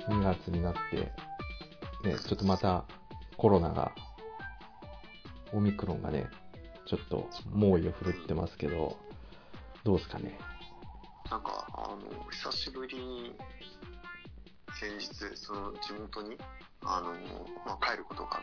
2月になって、ね、ちょっとまたコロナが、オミクロンがね、ちょっと猛威を振るってますけど、どうですかね。 なんか、久しぶりに、先日、その地元に、帰ることがあって、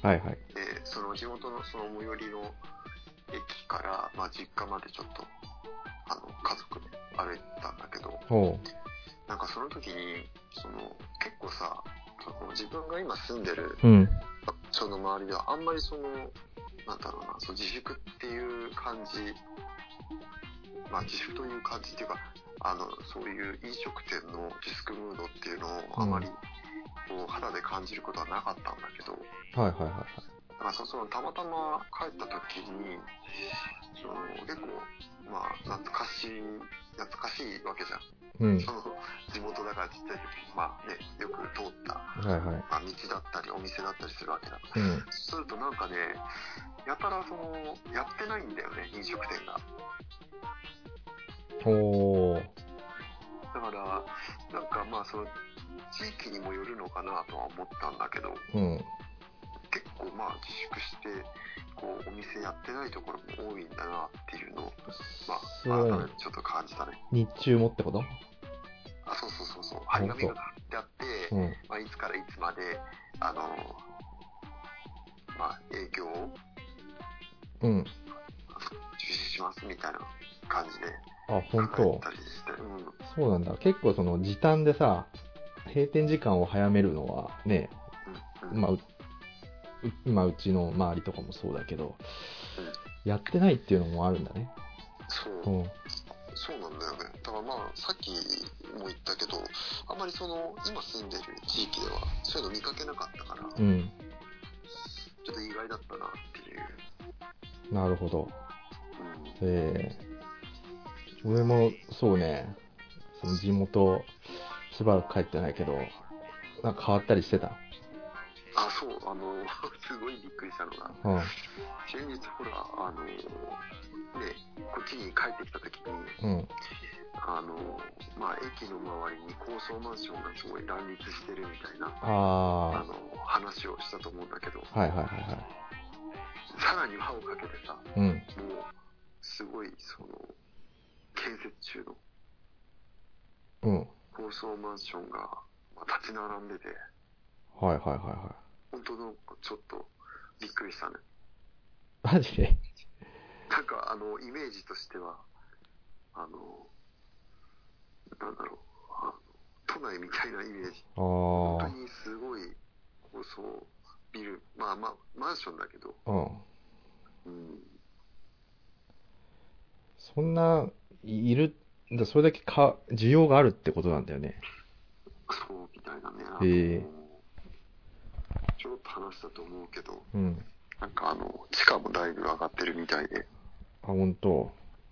はいはい。 で、その地元のその最寄りの駅から、実家までちょっと、家族で歩いたんだけど、なんかその時に、結構さ、自分が今住んでる、その周りではあんまりなんだろうな、自粛っていう感じ、自粛という感じっていうか、そういう飲食店の自粛ムードっていうのをあまりこう肌で感じることはなかったんだけど、 はいはいはいはい。 たまたま帰った時に、結構、懐かしいわけじゃん。地元だからちっちゃい時、よく通った、道だったりお店だったりするわけだ。そうするとなんかね、やたらやってないんだよね、飲食店が。だから、なんか地域にもよるのかなとは思ったんだけど、結構自粛してこうお店やってないところも多いんだなっていうのを改めてちょっと感じたね。 日中もってこと？ そう張り紙が貼ってあって、いつからいつまで営業を中止しますみたいな感じで本当。そうなんだ。結構時短でさ、閉店時間を早めるのはね、今うちの周りとかもそうだけど、やってないっていうのもあるんだね。 そうなんだよね。だからさっきも言ったけど、あんまり今住んでる地域ではそういうの見かけなかったから、ちょっと意外だったなっていう。 なるほど。俺もそうね、地元しばらく帰ってないけど、なんか変わったりしてた？ そう、すごいびっくりしたのが、先日ほら、こっちに帰ってきた時に、駅の周りに高層マンションがすごい乱立してるみたいな、話をしたと思うんだけど、さらに輪をかけてさ、もう、すごい、建設中の、高層マンションが、立ち並んでて、本当のちょっとびっくりしたね。 マジで？ なんかイメージとしてはなんだろう、都内みたいなイメージ。本当にすごい高層ビル、マンションだけど。 そんないる、それだけ需要があるってことなんだよね。 そうみたいなね。ちょろっと話したと思うけど、なんか地価もだいぶ上がってるみたいで。 本当。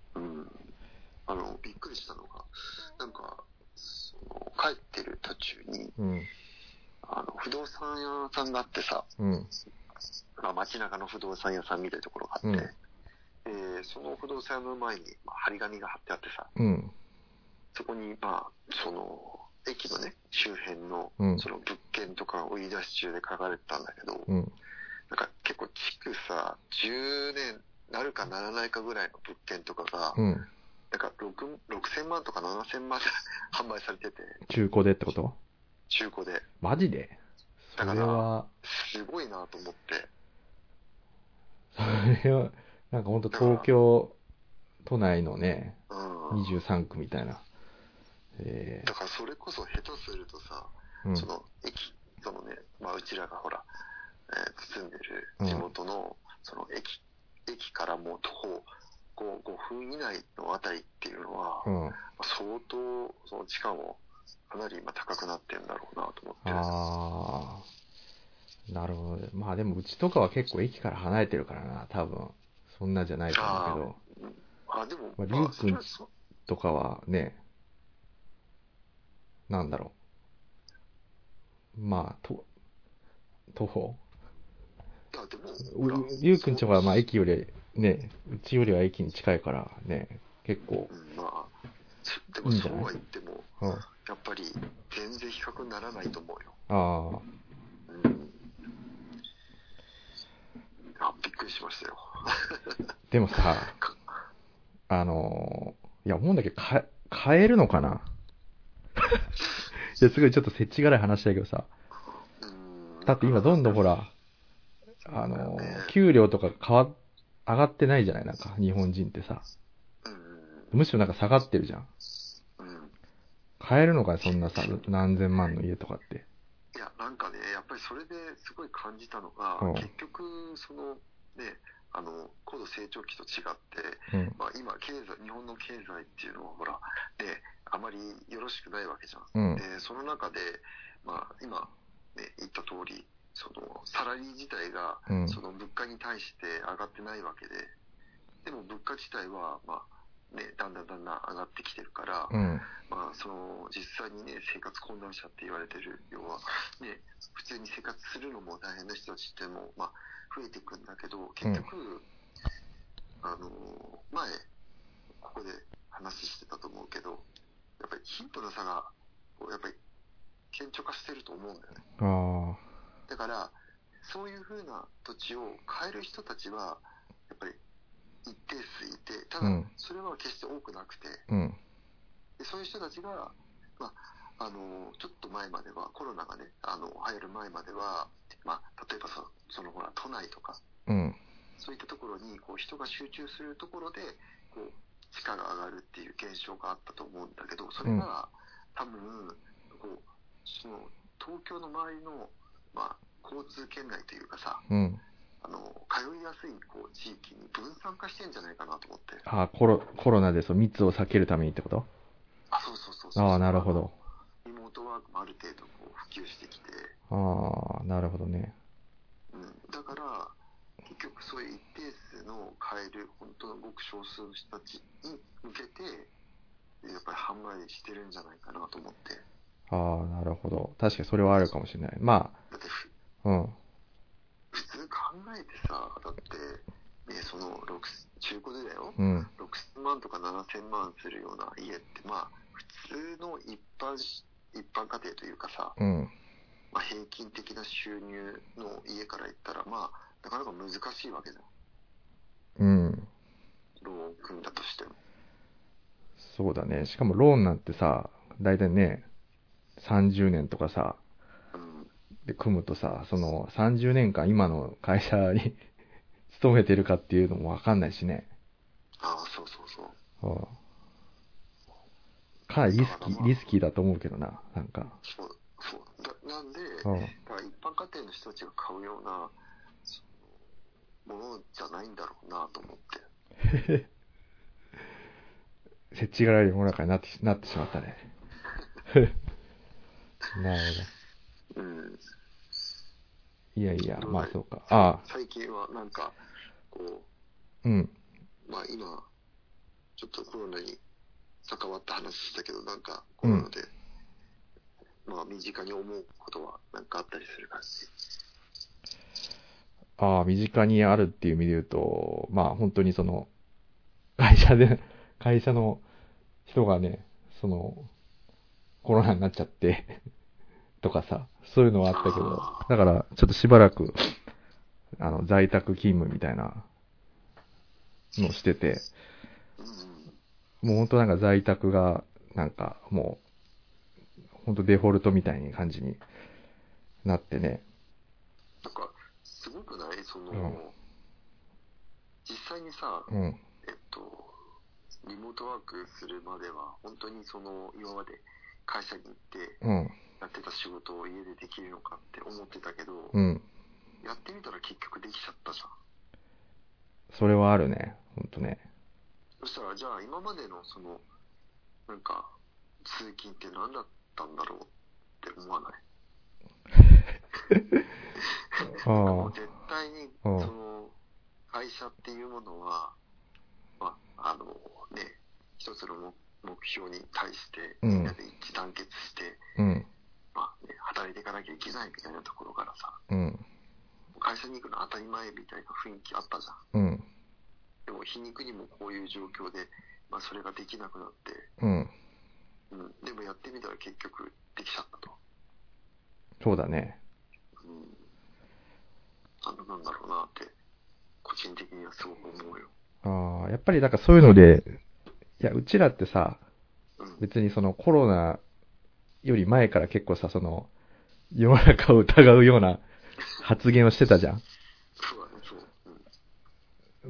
びっくりしたのが、なんか帰ってる途中に、不動産屋さんがあってさ、街中の不動産屋さんみたいなところがあって、その不動産屋の前に、張り紙が貼ってあってさ、そこに駅のね周辺のその物件とか売り出し中で書かれてたんだけど、なんか結構築さ10年なるかならないかぐらいの物件とかが、なんか6000万とか7000万で販売されてて。 中古でってこと？ 中古で。 マジで？ だからすごいなと思って。 それはなんか本当東京都内のね、23区みたいな。 だからそれこそ下手するとさ、その駅、うちらがほら、住んでる地元のその駅からもう徒歩5分以内のあたりっていうのは、相当その地価もかなり今高くなってんだろうなと思って。 なるほど。でもうちとかは結構駅から離れてるからな、多分そんなじゃないと思うけど。 でもりゅうくんとかはね、なんだろう。徒歩。りゅうくんちは駅よりね、うちよりは駅に近いからね、結構。 でもそうは言っても、やっぱり全然比較にならないと思うよ。 ああ。びっくりしましたよ。 でもさ、いや、思うんだけど、買えるのかないや、すごいちょっと設置がない話だけどさ。だって今どんどんほら、給料とか上がってないじゃないなんか、日本人ってさ。むしろなんか下がってるじゃん。買えるのかそんなさ、何千万の家とかって。 いや、なんかね、やっぱりそれですごい感じたのが、結局、その、ね、高度成長期と違って、まあ今、日本の経済っていうのは、ほら、ね、あまりよろしくないわけじゃん。で、その中で、まあ今、ね、言った通り、その、サラリー自体が、その物価に対して上がってないわけで、でも物価自体は、まあ、ね、だんだん上がってきてるから、まあ、その、実際にね、生活困難者って言われてる、要は、ね、普通に生活するのも大変な人たちっても、まあ、増えていくんだけど、結局、前、ここで話してたと思うけど、やっぱり貧富の差が、やっぱり、顕著化してると思うんだよね。だから、そういう風な土地を買える人たちは、やっぱり、一定数いて、ただ、それは決して多くなくて、でそういう人たちが、まあ、ちょっと前までは、コロナがね、流行る前までは、まあ、例えばそのほら、都内とか、そういったところに、こう、人が集中するところで、こう、地価が上がるっていう現象があったと思うんだけど、それが、多分、こう、その、東京の周りの、まあ、交通圏内というかさ、通いやすいこう地域に分散化してんじゃないかなと思って。 コロナで密を避けるためにってこと？ そう。 なるほど。 リモートワークもある程度こう普及してきて。 なるほどね。 だから、結局そういう一定数の買える本当のごく少数の人たちに向けて、やっぱり販売してるんじゃないかなと思って。 なるほど。確かにそれはあるかもしれない。まあ。 だって普通考えてさ、だって、ね、その中古でだよ、6000万とか7000万するような家って、まあ、普通の一般家庭というかさ、まあ、平均的な収入の家から言ったら、まあ、なかなか難しいわけじゃん。ローン組んだとしても。 そうだね。しかもローンなんてさ、だいたいね、30年とかさ、で組むとさ、その30年間今の会社に勤めてるかっていうのもわかんないしね。 そう。 かなりリスキーだと思うけどな、なんか。 そう。なんで、一般家庭の人たちが買うようなものじゃないんだろうなと思って。 設置がられる世の中になってしまったね。なるほど。いや、まあそうか。 最近はなんか、こう、 まあ今、ちょっとコロナに関わった話したけど、なんかコロナで、まあ身近に思うことはなんかあったりする感じ。 身近にあるっていう意味で言うと、まあ本当にその、会社の人がね、その、コロナになっちゃって、とかさ、そういうのはあったけど、だからちょっとしばらく、在宅勤務みたいなのをしてて、もう本当なんか在宅が、なんかもう、本当デフォルトみたいな感じになってね。 なんか、すごくない実際にさ、リモートワークするまでは、本当に今まで会社に行って、やってた仕事を家でできるのかって思ってたけど、やってみたら結局できちゃったじゃん。 それはあるね、ほんとね。 そしたら、じゃあ今までのなんか、通勤って何だったんだろうって思わない？もう絶対に、会社っていうものは、まあ、一つの目標に対して、みんなで一致団結して、まあね、働いていかなきゃいけないみたいなところからさ、会社に行くの当たり前みたいな雰囲気あったじゃん。でも皮肉にもこういう状況で、 まあそれができなくなって、 うん。 うん。でもやってみたら結局できちゃったと。 そうだね。 うん。なんだろうなって、個人的にはすごく思うよ。 ああ、やっぱりなんかそういうので、いや、うちらってさ、 うん、 別にそのコロナより前から結構さ、その、世の中を疑うような発言をしてたじゃん。 そうだね、そう。うん、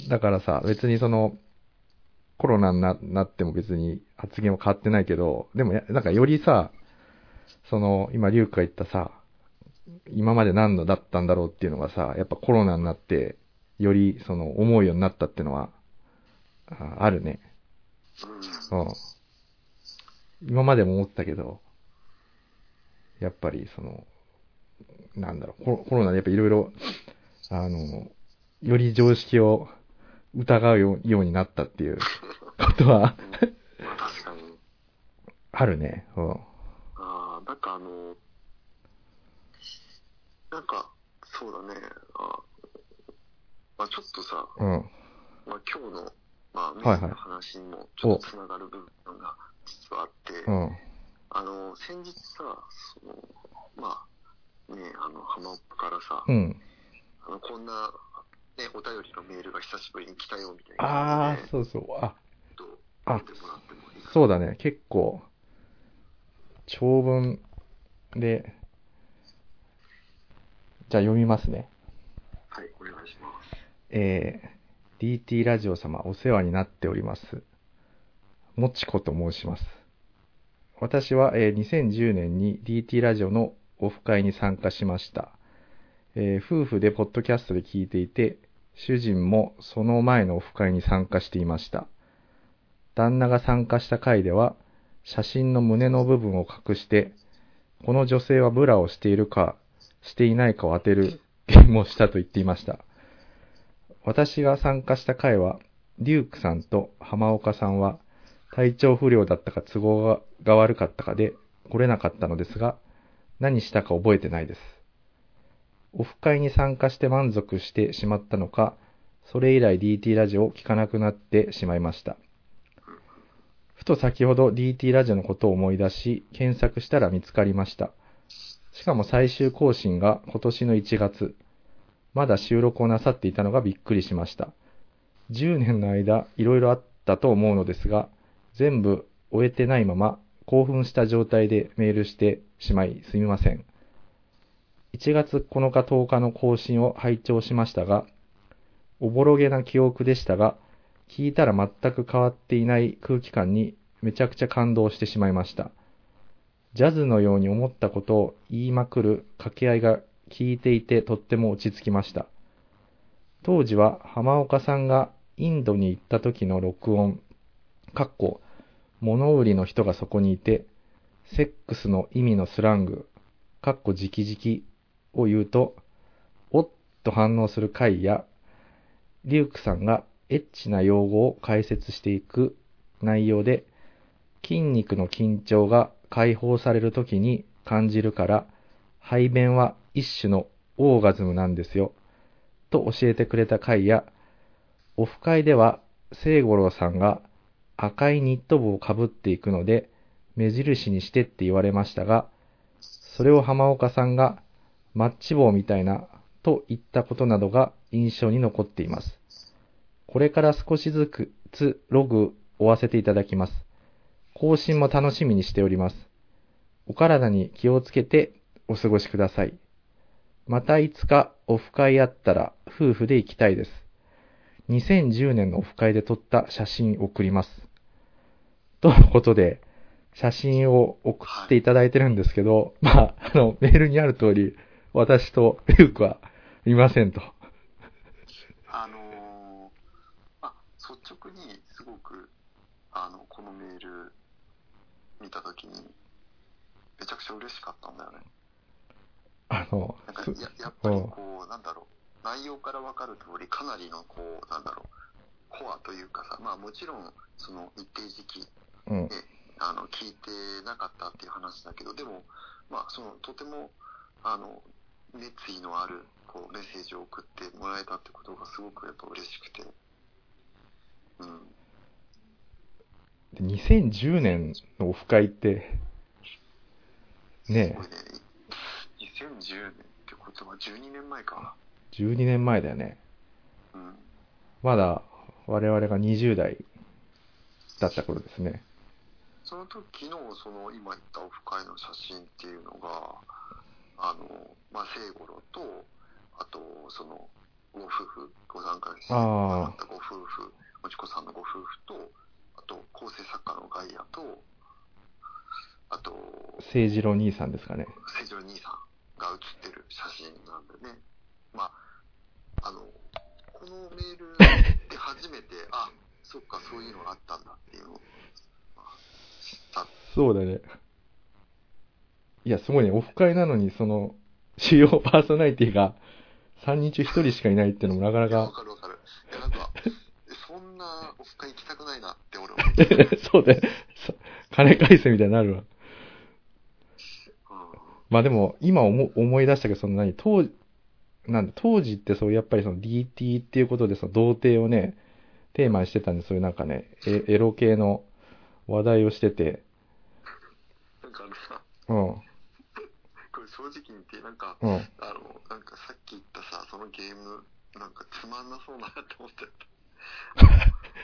だからさ、別にその、コロナになっても別に発言は変わってないけど、でもなんかよりさ、その、今、リュウクが言ったさ、今まで何のだったんだろうっていうのがさ、やっぱコロナになって、よりその思うようになったっていうのは、あるね。うん。今までも思ってたけど、やっぱりその、なんだろう、コロナでやっぱいろいろ、より常識を疑うようになったっていうことはまあ確かに。 あるね。うん。 ああ、なんかなんか、そうだね。まあちょっとさ、 うん。 まあ今日の、まあメインの話にもちょっとつながる部分が実はあって、 うん。 先日さ、まあね、浜岡からさ、 うん。 こんな、ね、お便りのメールが久しぶりに来たよみたいなああ、 感じで、 そうそう。 読んでもらってもいいかな。 そうだね。結構、長文で、じゃあ読みますね。 はい、お願いします。 DT ラジオ様、お世話になっております。もちこと申します。私は、2010年に DT ラジオのオフ会に参加しました。夫婦でポッドキャストで聞いていて、主人もその前のオフ会に参加していました。旦那が参加した回では、写真の胸の部分を隠して、この女性はブラをしているか、していないかを当てるゲームをしたと言っていました。私が参加した回は、デュークさんと浜岡さんは、体調不良だったか都合が悪かったかで来れなかったのですが、何したか覚えてないです。オフ会に参加して満足してしまったのか、それ以来 DT ラジオを聞かなくなってしまいました。ふと先ほど DT ラジオのことを思い出し、検索したら見つかりました。しかも最終更新が今年の1月。まだ収録をなさっていたのがびっくりしました。10年の間、いろいろあったと思うのですが、全部終えてないまま、興奮した状態でメールしてしまいすみません。1月9日10日の更新を拝聴しましたが、おぼろげな記憶でしたが、聞いたら全く変わっていない空気感にめちゃくちゃ感動してしまいました。ジャズのように思ったことを言いまくる掛け合いが聞いていてとっても落ち着きました。当時は浜岡さんがインドに行った時の録音、物売りの人がそこにいて、セックスの意味のスラング、直々を言うと、おっと反応する回や、リュウクさんがエッチな用語を解説していく内容で、筋肉の緊張が解放されるときに感じるから、排便は一種のオーガズムなんですよ、と教えてくれた回や、オフ会では聖五郎さんが赤いニット帽をかぶっていくので、目印にしてって言われましたが、それを浜岡さんがマッチ棒みたいなと言ったことなどが印象に残っています。これから少しずつログ追わせていただきます。更新も楽しみにしております。お体に気をつけてお過ごしください。またいつかオフ会あったら夫婦で行きたいです。2010年のオフ会で撮った写真送ります。とのことで、写真を送っていただいてるんですけど、まあ、メールにある通り、私とリュウクはいませんと。 率直にすごく、このメール見たときに、めちゃくちゃ嬉しかったんだよね。なんかやっぱりなんだろう、内容からわかる通り、かなりのなんだろう、コアというかさ、まあもちろん、その一定時期で、聞いてなかったっていう話だけど、でも、まあとても、熱意のある、メッセージを送ってもらえたってことがすごくやっぱ嬉しくて、うん。 2010年のオフ会って、ねえ。 2010年ってことは12年前か。 12年前だよね。 うん。 まだ我々が20代だった頃ですね。 その時のその今言ったオフ会の写真っていうのが、聖五郎と、あとそのご夫婦、ご参加してくださったご夫婦、もちこさんのご夫婦と、あと構成作家のガイアと、あと聖次郎兄さんですかね。 聖次郎兄さんが写ってる写真なんでね。まあこのメールで初めてあ、そっかそういうのがあったんだっていうのを、知った。 そうだね。いやすごいね、オフ会なのにその主要パーソナリティが3人中1人しかいないっていうのもなかなか。 わかるわかる。いやなんかそんなオフ会行きたくないなって俺思って。 そうだよ。金返せみたいになるわ。まあでも今思い出したけど、その当時ってそうやっぱりその DT っていうことでその童貞をねテーマにしてたんで、そういうなんかねエロ系の話題をしてて、 なんかさ、 うん、 これ正直に言ってなんか、 うん、 なんかさっき言ったさそのゲームなんかつまんなそうだなって思っちゃった。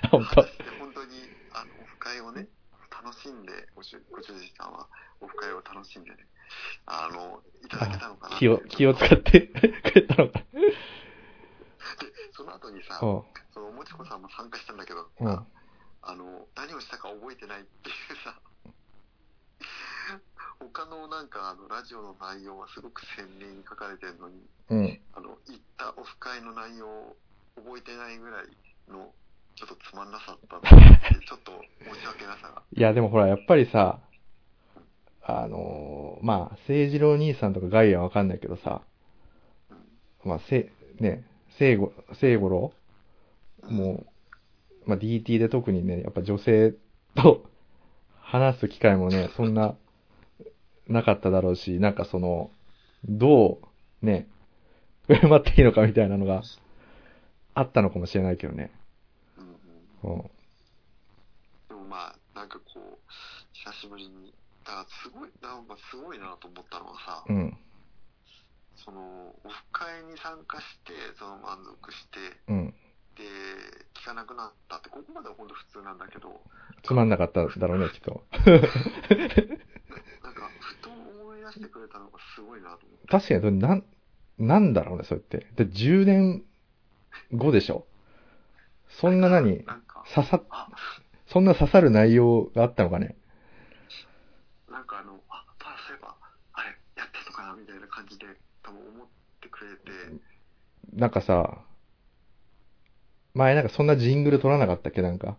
本当にオフ会をね楽しんでご主人さんはオフ会を楽しんでねいただけたのかなって。 気を使ってくれたのか。でその後にさ、そのもちこさんも参加したんだけど、何をしたか覚えてないっていうさ、他のなんかラジオの内容はすごく鮮明に書かれてるのに、行ったオフ会の内容を覚えてないぐらいのちょっとつまんなさったんで、ちょっと申し訳なさが。 いやでもほらやっぱりさ、まあ聖次郎兄さんとかガイアはわかんないけどさ、まあ聖五郎もう、まあ DT で特にねやっぱ女性と話す機会もねそんななかっただろうし、なんかそのどうね振る舞っていいのかみたいなのがあったのかもしれないけどね。 でもまあなんかこう久しぶりにだからすごいなと思ったのはさ、そのオフ会に参加してその満足して、で聞かなくなったって、ここまでは本当普通なんだけど、 つまんなかっただろうねきっと。 なんかふと思い出してくれたのがすごいなと思って。 確かになんだろうねそれって。で10年後でしょ。そんなそんな刺さる内容があったのかね。 なんかそういえばあれやったのかなみたいな感じで多分思ってくれて。 なんかさ、前なんかそんなジングル撮らなかったっけ、なんか。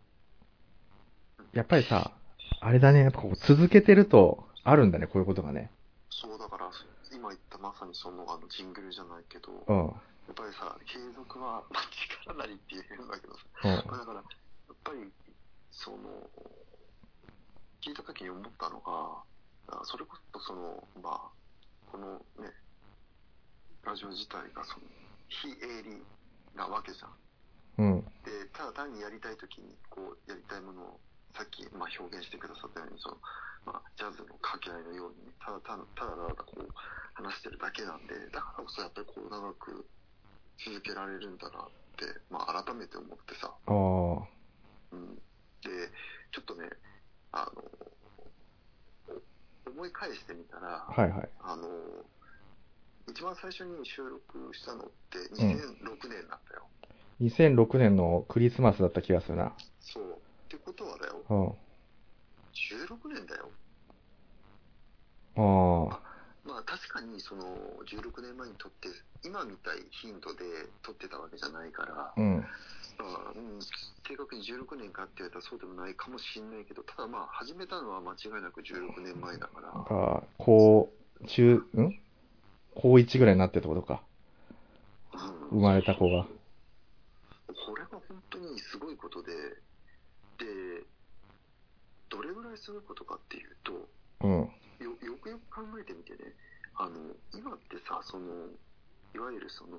やっぱりさ、あれだね、やっぱこう続けてるとあるんだね、こういうことがね。 そうだから今言ったまさにそのジングルじゃないけど、やっぱりさ継続は力なりって言うんだけどさ、だからやっぱりその聞いた時に思ったのが、それこそそのこのねラジオ自体がその非営利なわけじゃん。でただ単にやりたい時にこうやりたいものをさっき表現してくださったようにそのジャズの掛け合いのように、ね、ただこう話してるだけなんで、だからこそやっぱりこう長く続けられるんだなって、改めて思ってさ。でちょっとね思い返してみたら、一番最初に収録したのって2006年なんだよ。 2006年のクリスマスだった気がするな。 そうってことはだよ、16年だよ。確かにその16年前に撮って今みたい頻度で撮ってたわけじゃないから、正確に16年かって言われたらそうでもないかもしれないけど、ただ始めたのは間違いなく16年前だから。 高1ぐらいになってってことか。生まれた子が。 これが本当にすごいことで、どれぐらいすごいことかっていうと、よくよく考えてみてね、今ってさ、そのいわゆるその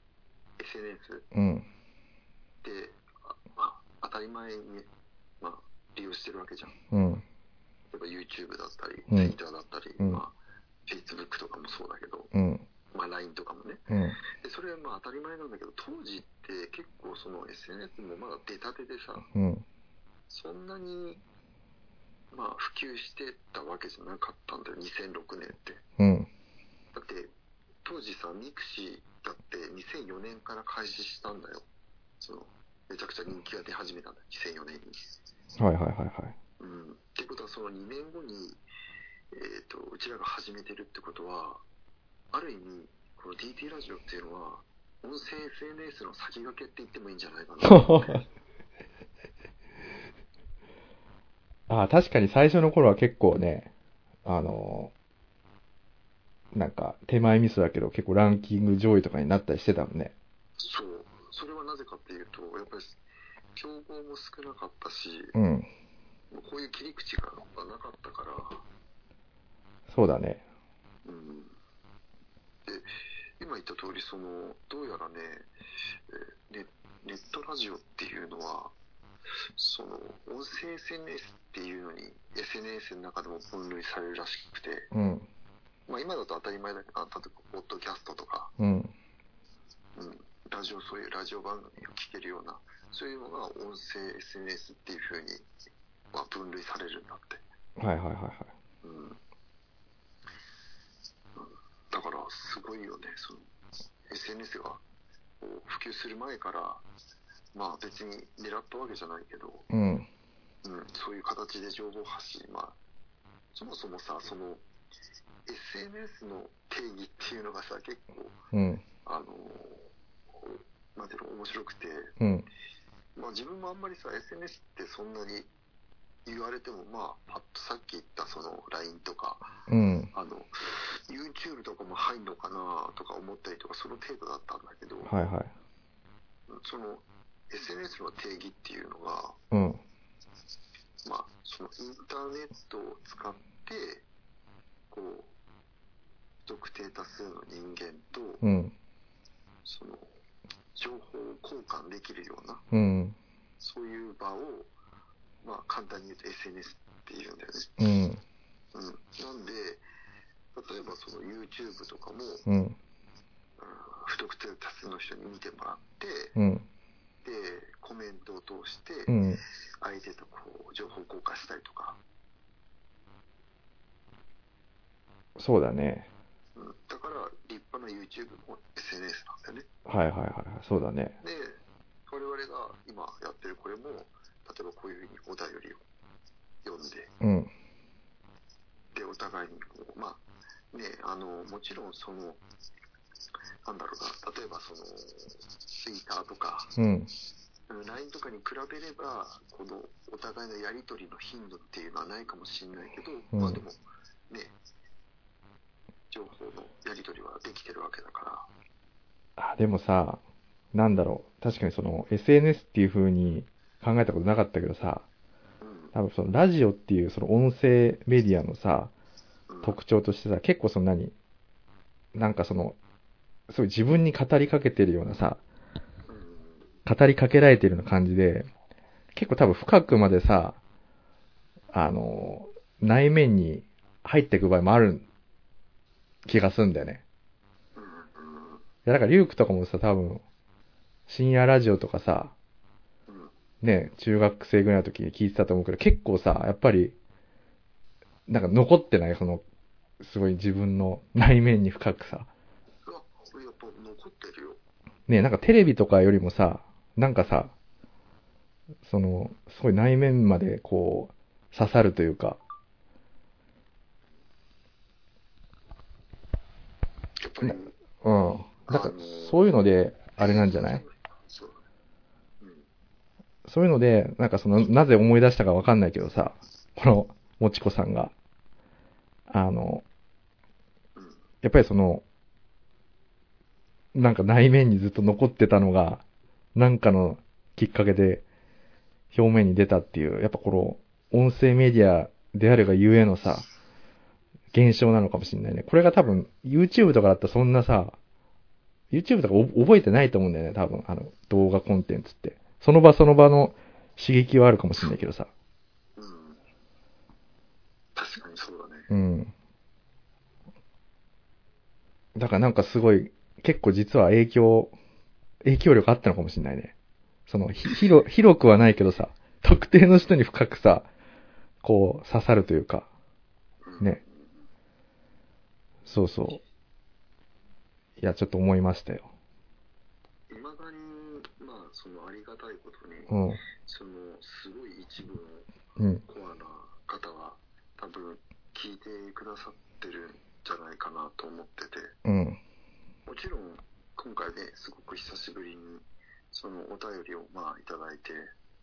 SNS で、当たり前にね、 利用してるわけじゃん。 うん。 例えば YouTube だったり、 うん、 Twitter だったり、 うん、 まあ、Facebook とかもそうだけど、 うん、 まあ LINE とかもね。 うん、 でそれはまあ当たり前なんだけど、当時って結構その SNS もまだ出たてでさ、 うん、 そんなにまあ普及してたわけじゃなかったんだよ、2006年って。 うん。 だって当時さ、ミクシーだって2004年から開始したんだよ。そのめちゃくちゃ人気が出始めたんだよ、2004年に。 はいはいはいはい。 うん。ってことはその2年後に、うちらが始めてるってことは、ある意味この DT ラジオっていうのは音声 SNS の先駆けって言ってもいいんじゃないかな。 あ、確かに最初の頃は結構ね、なんか手前ミスだけど結構ランキング上位とかになったりしてたもんね。 そう。それはなぜかっていうと、やっぱり競合も少なかったし、 うん。 こういう切り口がなかったから。 そうだね。 うん。で、今言った通り、どうやらね、ネットラジオっていうのは、音声 SNS っていうのに SNS の中でも分類されるらしくて、 うん。 まあ今だと当たり前だけど、例えばポッドキャストとか、 うん。 うん、そういうラジオ番組を聞けるような、そういうのが音声 SNS っていう風に、まあ、分類されるんだって。 はいはいはいはい。 うん。だからすごいよね、SNS が普及する前から、まあ別に狙ったわけじゃないけど、 うん。 うん、そういう形で情報発信、まあそもそもさ、SNS の定義っていうのがさ、結構、 うん、 なんていうの、面白くて、 うん、 まあ自分もあんまりさ、SNS ってそんなに言われても、まあパッとさっき言ったLINE とか、 うん、 YouTube とかも入んのかなとか思ったりとか、その程度だったんだけど、 はいはい。 SNS の定義っていうのが、 うん、 まあインターネットを使ってこう不特定多数の人間と、 うん、 情報を交換できるような、 うん、 そういう場を、まあ簡単に言うと SNS っていうんだよね。 うん、 うん。なんで例えばYouTube とかも、 うん、 不特定多数の人に見てもらって、 うん、 でコメントを通してうん、 相手と情報交換したりとか。 そうだね。 うん、だから立派な YouTube も SNS なんだよね。 はいはいはい、そうだね。 で、我々が今やってるこれも、例えばこういうふうにお便りを読んで、 うん、 でお互いにまあね、もちろんなんだろうな、例えばTwitter とか、 うん、 LINE とかに比べればお互いのやり取りの頻度っていうのはないかもしれないけど、 うん、 まあでもね、情報のやり取りはできてるわけだから。 あ、でもさ、なんだろう、確かにSNS っていう風に考えたことなかったけどさ、多分ラジオっていう音声メディアのさ、特徴としてさ、結構なんかすごい自分に語りかけてるようなさ、語りかけられてるような感じで、結構多分深くまでさ、内面に入っていく場合もある気がするんだよね。いや、だからリュウクとかもさ、多分、深夜ラジオとかさ、ね、中学生ぐらいの時に聞いてたと思うけど、結構さ、やっぱり、なんか残ってない、すごい自分の内面に深くさ。 やっぱ残ってるよ。 ね、なんかテレビとかよりもさ、なんかさ、すごい内面まで刺さるというか。 やっぱり。 うん。なんか、そういうので、あれなんじゃない？そういうので、なんかなぜ思い出したかわかんないけどさ、この、もちこさんが、やっぱりなんか内面にずっと残ってたのが、なんかのきっかけで表面に出たっていう、やっぱこの音声メディアであるがゆえのさ、現象なのかもしれないね。これが多分 YouTube とかだったらそんなさ、YouTube とか覚えてないと思うんだよね、多分動画コンテンツって。その場その場の刺激はあるかもしれないけどさ。 うん。だからなんかすごい、結構実は影響力あったのかもしれないね。その、広くはないけどさ、特定の人に深くさ、こう、刺さるというか、ね。そうそう。いや、ちょっと思いましたよ。 いまだに、まあ、そのありがたいことに、 うん。 その、すごい一部うん。 のコアな方は、多分、聞いてくださってるんじゃないかなと思ってて、 うん。 もちろん、今回ね、すごく久しぶりに、そのお便りをまあいただいて、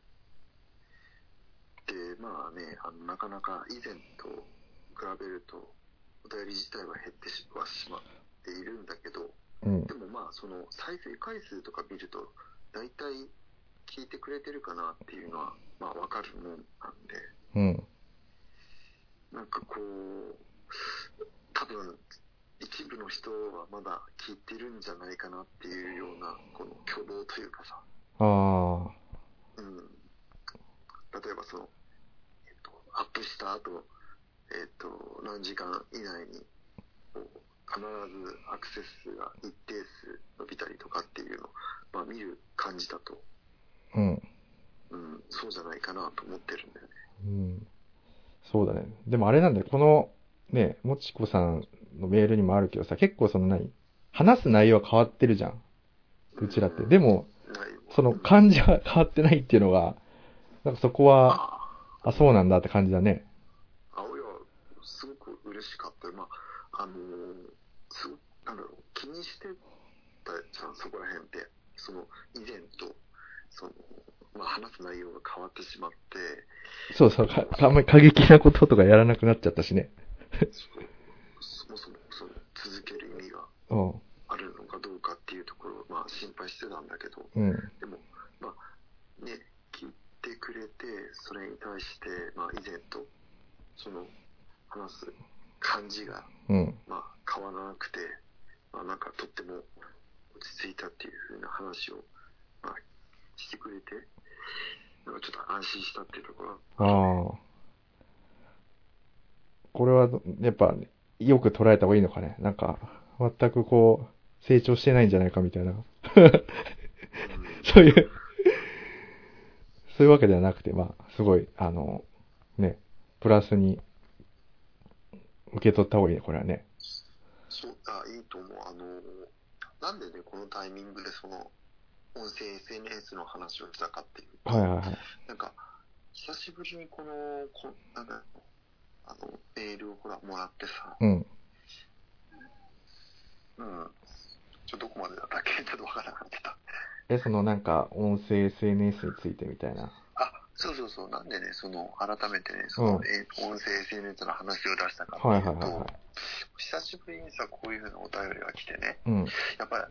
で、まあね、なかなか以前と比べると、お便り自体は減ってはしまっているんだけど、 うん。 でもまあ、その再生回数とか見ると、大体聞いてくれてるかなっていうのは、まあわかるもんなんで、 うん。 なんかこう、多分、一部の人はまだ聞いてるんじゃないかなっていうような、この挙動というかさ、 ああ。 うん、例えばその、アップした後、何時間以内に、必ずアクセス数が一定数伸びたりとかっていうのを、まあ見る感じだと、 うん。 うん、そうじゃないかなと思ってるんだよね。 うん。そうだね。でもあれなんだよ。この、ね、もちこさんのメールにもあるけどさ、結構その話す内容は変わってるじゃん。うちらって。でも、その漢字は変わってないっていうのが、なんかそこは、そうなんだって感じだね。 いや、すごく嬉しかったよ。まあ、すごく、なんだろう、気にしてたじゃん、そこら辺って。その、以前と、その、まあ、話す内容が変わってしまって。 そうそう、あんまり過激なこととかやらなくなっちゃったしね。 そもそも、その、続ける意味があるのかどうかっていうところを、まあ、心配してたんだけど、 うん、 でも、まあ、ね、聞いてくれて、それに対して、まあ、以前と、その、話す感じが、 うん、 まあ、変わらなくて、まあ、なんかとっても落ち着いたっていう風な話を、まあ、してくれて、なんかちょっと安心したっていうところは、 ああ。これは、やっぱ、よく捉えた方がいいのかね。なんか、全くこう、成長してないんじゃないかみたいな。そういう、そういうわけではなくて、まあ、すごい、ね、プラスに受け取った方がいいね、これはね。 そう、いいと思う。なんでね、このタイミングでその、音声 SNS の話をしたかっていうと、 はいはいはい。 なんか、久しぶりになんか、メールをほら、もらってさ、 うん。 うん。どこまでだったっけちょっとわからなくなってた。 そのなんか、音声 SNS についてみたいな。 そうそうそう。なんでね、改めてね、音声 SNS の話を出したかっていうと、 はいはいはいはい、 久しぶりにさ、こういうふうなお便りが来てね、 うん、 やっぱり、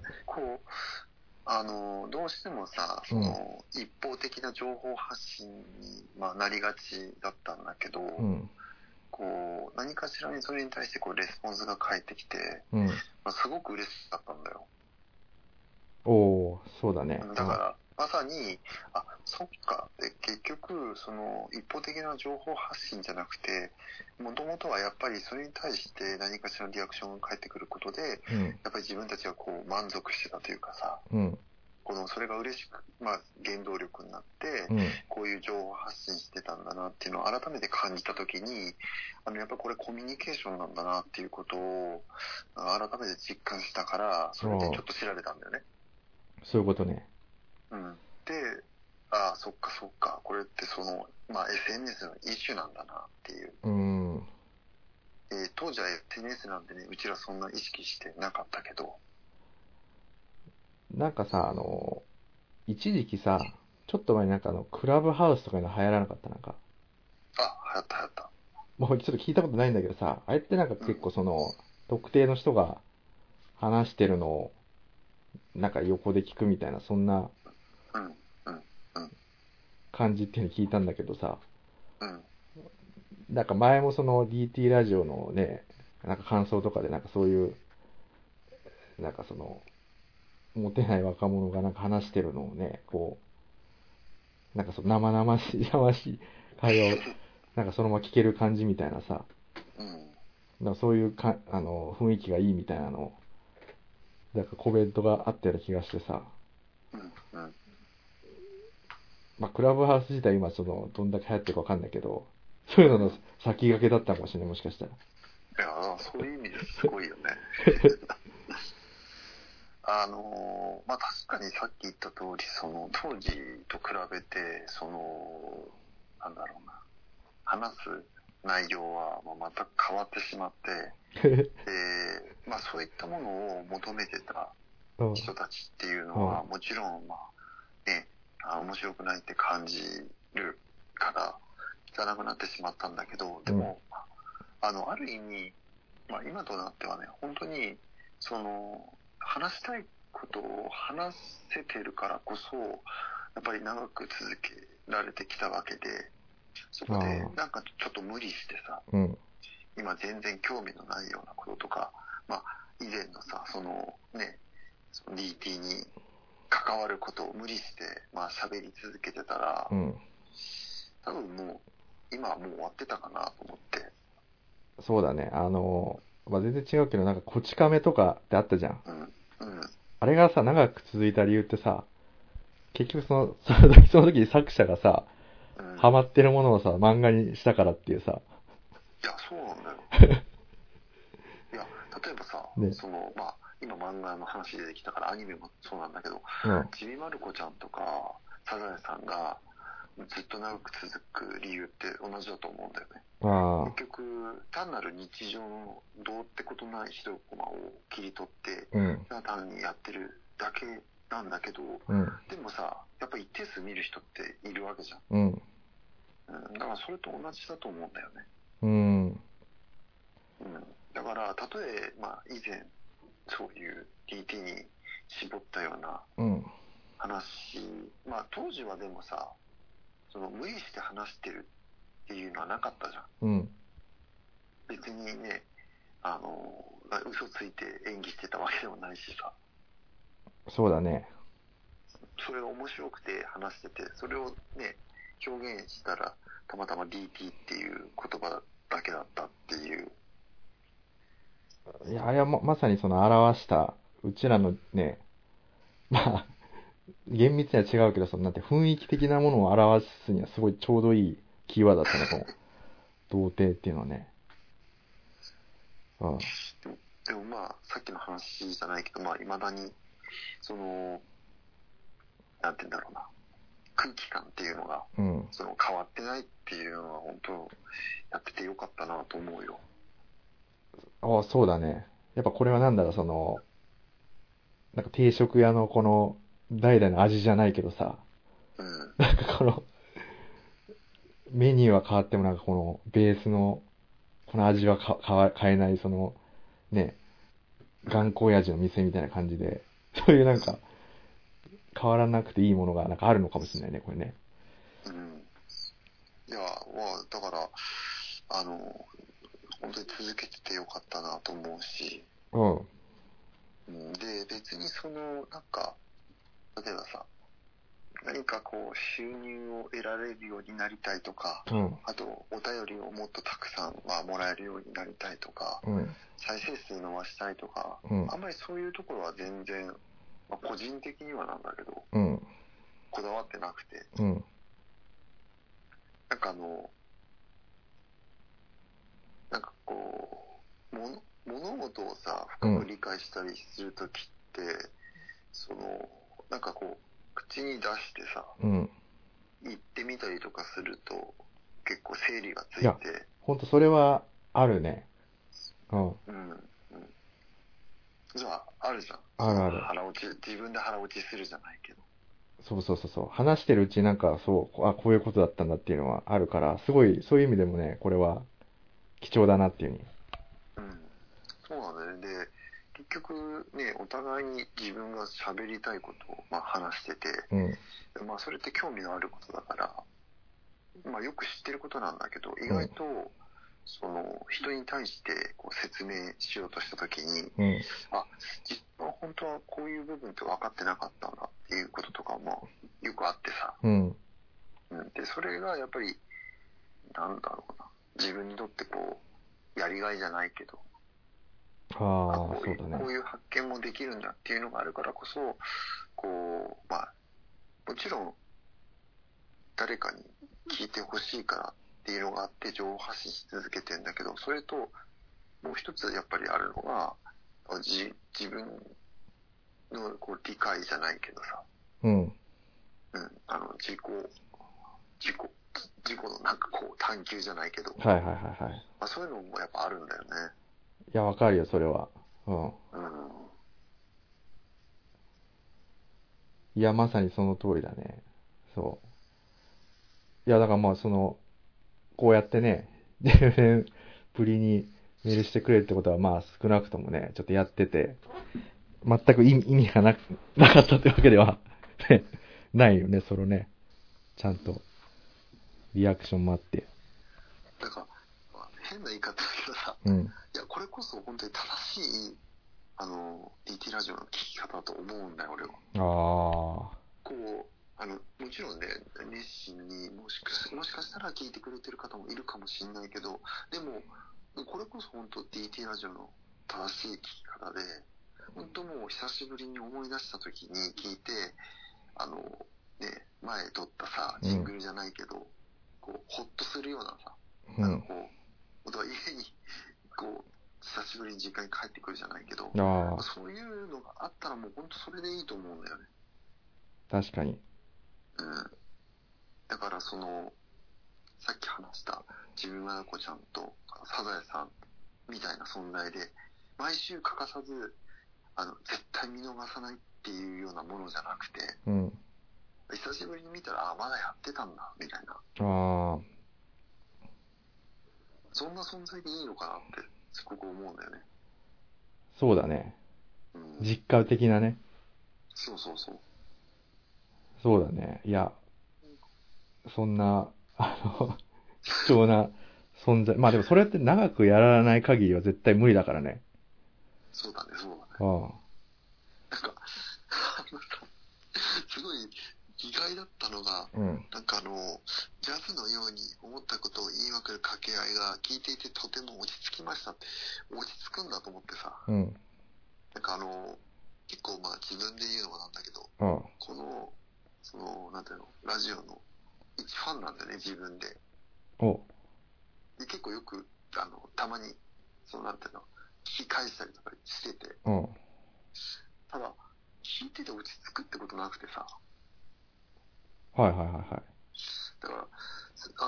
どうしてもさ、一方的な情報発信に、まあ、なりがちだったんだけど、 うん、 何かしらにそれに対してレスポンスが返ってきて、 うん、 まあ、すごく嬉しかったんだよ。 おー、そうだね。 だから、まさに、そっか。で、結局、一方的な情報発信じゃなくて、もともとはやっぱりそれに対して何かしらのリアクションが返ってくることで、 うん、 やっぱり自分たちが満足してたというかさ、 うん、 それが嬉しく、まあ、原動力になって、 うん、 こういう情報発信してたんだなっていうのを改めて感じたときに、やっぱこれコミュニケーションなんだなっていうことを、改めて実感したから、それでちょっと調べたんだよね。 そういうことね。 うん。で、そっかそっか、これってまあ SNS の一種なんだなっていう。当時は SNS なんでね、うちらそんな意識してなかったけど。 なんかさ、一時期さ、ちょっと前になんかクラブハウスとかいうの流行らなかったなんか。 流行った流行った。 もうちょっと聞いたことないんだけどさ、あれってなんか結構特定の人が話してるのを、なんか横で聞くみたいな、そんな感じっていうの聞いたんだけどさ、なんか前もDT ラジオのね、なんか感想とかでなんかそういう、なんかモテない若者がなんか話してるのをね、なんか生々しい会話を、なんかそのまま聞ける感じみたいなさ、 だそういう雰囲気がいいみたいなの、なんかコメントがあったような気がしてさ。まあ、クラブハウス自体今どんだけ流行ってるかわかんないけど、そういうのの先駆けだったかもしれない、もしかしたら。 いや、そういう意味ですごいよね。まあ、確かにさっき言った通り、当時と比べて、なんだろうな、話す内容はまた変わってしまって、まあ、そういったものを求めてた人たちっていうのは、もちろん、まあ、ね、面白くないって感じるから聞かなくなってしまったんだけど、でも、ある意味、まあ、今となってはね、本当に話したいことを話せてるからこそ、やっぱり長く続けられてきたわけで、そこでなんかちょっと無理してさ、今全然興味のないようなこととか、まあ、以前のさ、DT に関わることを無理して、まあ、喋り続けてたら、多分もう、今はもう終わってたかなと思って。 そうだね。まあ、全然違うけど、なんか、こち亀とかってあったじゃん。あれがさ、長く続いた理由ってさ、結局その時に作者がさ、ハマってるものをさ、漫画にしたからっていうさ。 いや、そうなんだよ。いや、例えばさ、まあ、今漫画の話出てきたからアニメもそうなんだけど、ちびまる子ちゃんとか、サザエさんがずっと長く続く理由って同じだと思うんだよね。結局、単なる日常のどうってことない一コマを切り取って、単にやってるだけなんだけど、でもさ、やっぱ一定数見る人っているわけじゃん。だからそれと同じだと思うんだよね。だからたとえ、まあ、以前そういう DT に絞ったような話、まあ当時はでもさ、無理して話してるっていうのはなかったじゃん。別にね、嘘ついて演技してたわけでもないしさ。 そうだね。 それが面白くて話してて、それをね、表現したらたまたま DT っていう言葉だけだったっていう。 いや、あれはまさに表した、うちらのね、まあ、厳密には違うけど、なんて雰囲気的なものを表すにはすごいちょうどいいキーワードだったのかも。童貞っていうのはね。 でもまあ、さっきの話じゃないけど、まあ、未だに、なんて言うんだろうな、空気感っていうのが、変わってないっていうのは、本当、やっててよかったなと思うよ。 ああ、そうだね。やっぱこれはなんだろう、なんか定食屋のこの、代々の味じゃないけどさ、なんかメニューは変わってもなんかベースの、この味は変えない、ね、頑固親父の店みたいな感じで、そういうなんか、変わらなくていいものがなんかあるのかもしれないね、これね。 いや、まあ、だから、本当に続けててよかったなと思うし、で、別になんか、例えばさ、何かこう収入を得られるようになりたいとか、あとお便りをもっとたくさんもらえるようになりたいとか、再生数伸ばしたいとか、あんまりそういうところは全然、まあ、個人的にはなんだけど、こだわってなくて、なんかなんかこう物事をさ深く理解したりするときって、なんかこう口に出してさ、言ってみたりとかすると結構整理がついて。いや、 ほんとそれはあるね。 じゃあ、あるじゃん。 ある。 自分で腹落ちするじゃないけど。 そう。話してるうちなんかこういうことだったんだっていうのはあるから、すごい、そういう意味でもね、これは貴重だなっていう風に。 そうなんだよね。で、結局ね、お互いに自分が喋りたいことを話してて、まあそれって興味のあることだから、まあよく知ってることなんだけど、意外と、人に対してこう説明しようとしたときに、自分は本当はこういう部分って分かってなかったんだっていうこととかもよくあってさ、で、それがやっぱり、なんだろうな、自分にとってこやりがいじゃないけど、 そうだね。 こういう発見もできるんだっていうのがあるからこそ、こう、もちろん、誰かに聞いてほしいからっていうのがあって情報発信し続けてんだけど、それと、もう一つやっぱりあるのが、自分のこう理解じゃないけどさ、自己のなんかこう探求じゃないけど、そういうのもやっぱあるんだよね。 いや、わかるよ、それは。いや、まさにその通りだね。そう。いや、だからまあ、こうやってね、10年ぶりにメールしてくれるってことは、まあ、少なくともね、ちょっとやってて、全く意味がなかったってわけでは、ね、ないよね、ちゃんと、リアクションもあって。 なんか、変な言い方だけどさ、いや、これこそ本当に正しい、DT ラジオの聞き方だと思うんだよ、俺は。こう、もちろんね、熱心にもしかしたら聞いてくれてる方もいるかもしれないけど、でも、これこそ本当 DT ラジオの正しい聞き方で、本当もう久しぶりに思い出した時に聞いて、前撮ったさ、ジングルじゃないけど、こう、ほっとするようなさ、本当は家に、こう、久しぶりに実家に帰ってくるじゃないけど、そういうのがあったらもう本当それでいいと思うんだよね。 確かに。 だからさっき話したちびまやこちゃんとサザエさんみたいな存在で、毎週欠かさず、絶対見逃さないっていうようなものじゃなくて、久しぶりに見たら、まだやってたんだ、みたいな。そんな存在でいいのかなって、すごく思うんだよね。 そうだね。実家的なね。 そう。 そうだね。いや、そんな、貴重な存在。まあでもそれって長くやらない限りは絶対無理だからね。 そうだね。なんか、すごい意外だったのが、なんかジャズのように思ったことを言いまくる掛け合いが聞いていてとても落ち着きましたって、落ち着くんだと思ってさ。なんか結構自分で言うのもなんだけど、この、なんていうの、ラジオの一ファンなんだよね、自分で。で結構よく、たまに、なんていうの、聞き返したりとかしてて。ただ、聞いてて落ち着くってことなくてさ。だから、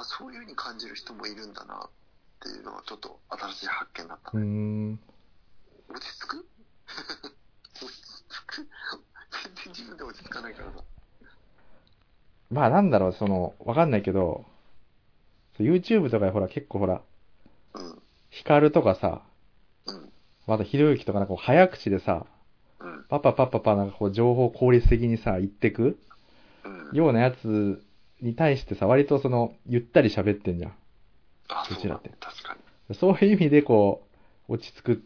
そういう風に感じる人もいるんだなっていうのはちょっと新しい発見だったね。落ち着く落ち着く全然自分で落ち着かないからさ。 まあなんだろう、わかんないけど、YouTube とかで結構ヒカルとかさ、またひろゆきとかなんか早口でさ、パパなんか情報効率的にさ、言ってくようなやつに対してさ、割とゆったり喋ってんじゃん。 うちらって。確かに。そういう意味で落ち着く。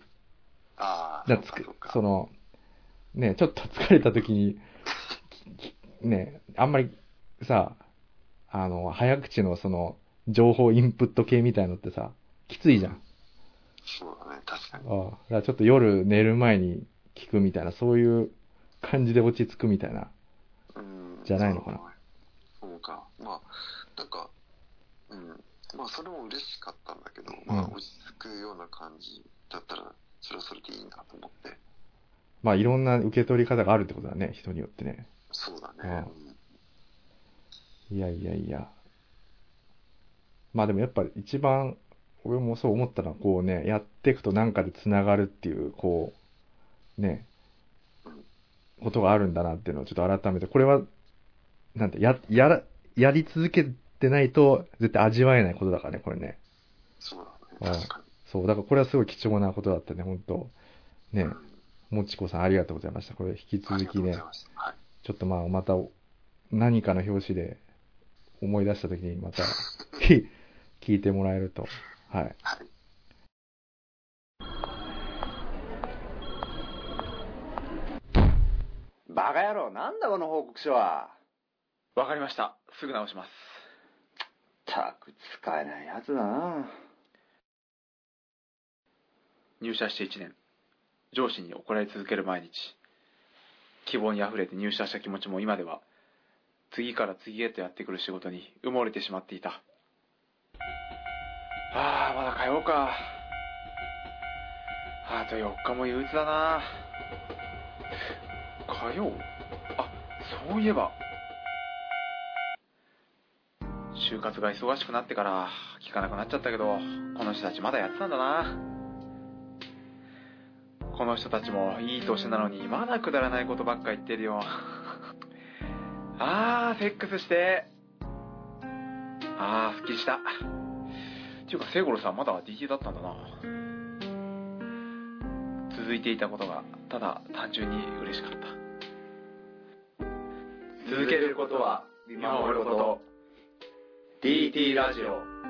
ね、ちょっと疲れた時に、ね、あんまりさ、早口の情報インプット系みたいのってさ、きついじゃん。 そうだね、確かに。 だからちょっと夜寝る前に聞くみたいな、そういう感じで落ち着くみたいな、じゃないのかな。 そうか。なんか、それも嬉しかったんだけど、落ち着くような感じだったら、それはそれでいいなと思って。 いろんな受け取り方があるってことだね、人によってね。 そうだね。 いや。でもやっぱ一番、俺もそう思ったのは、やっていくとなんかで繋がるっていう、ことがあるんだなっていうのをちょっと改めて、これは、やり続けてないと絶対味わえないことだからね、これね。 そうだね、確かに。 そう、だからこれはすごい貴重なことだったね、本当ね。もちこさんありがとうございました。これ引き続きね、ちょっとまた何かの表紙で思い出した時にまた聞いてもらえると。はい。 バカ野郎、なんだこの報告書は。 わかりました。すぐ直します。 ったく使えないやつだな。 入社して1年、上司に怒られ続ける毎日、希望にあふれて入社した気持ちも今では次から次へとやってくる仕事に埋もれてしまっていた。まだ通おうか。あと4日も憂鬱だな。通おう。そういえば就活が忙しくなってから聞かなくなっちゃったけど、この人たちまだやってたんだな。この人たちもいい年なのにまだくだらないことばっか言ってるよ。セックスして。すっきりした。っていうか、聖五郎さんまだ DT だったんだな。続いていたことがただ単純に嬉しかった。 続けることは見守ること。DT ラジオ。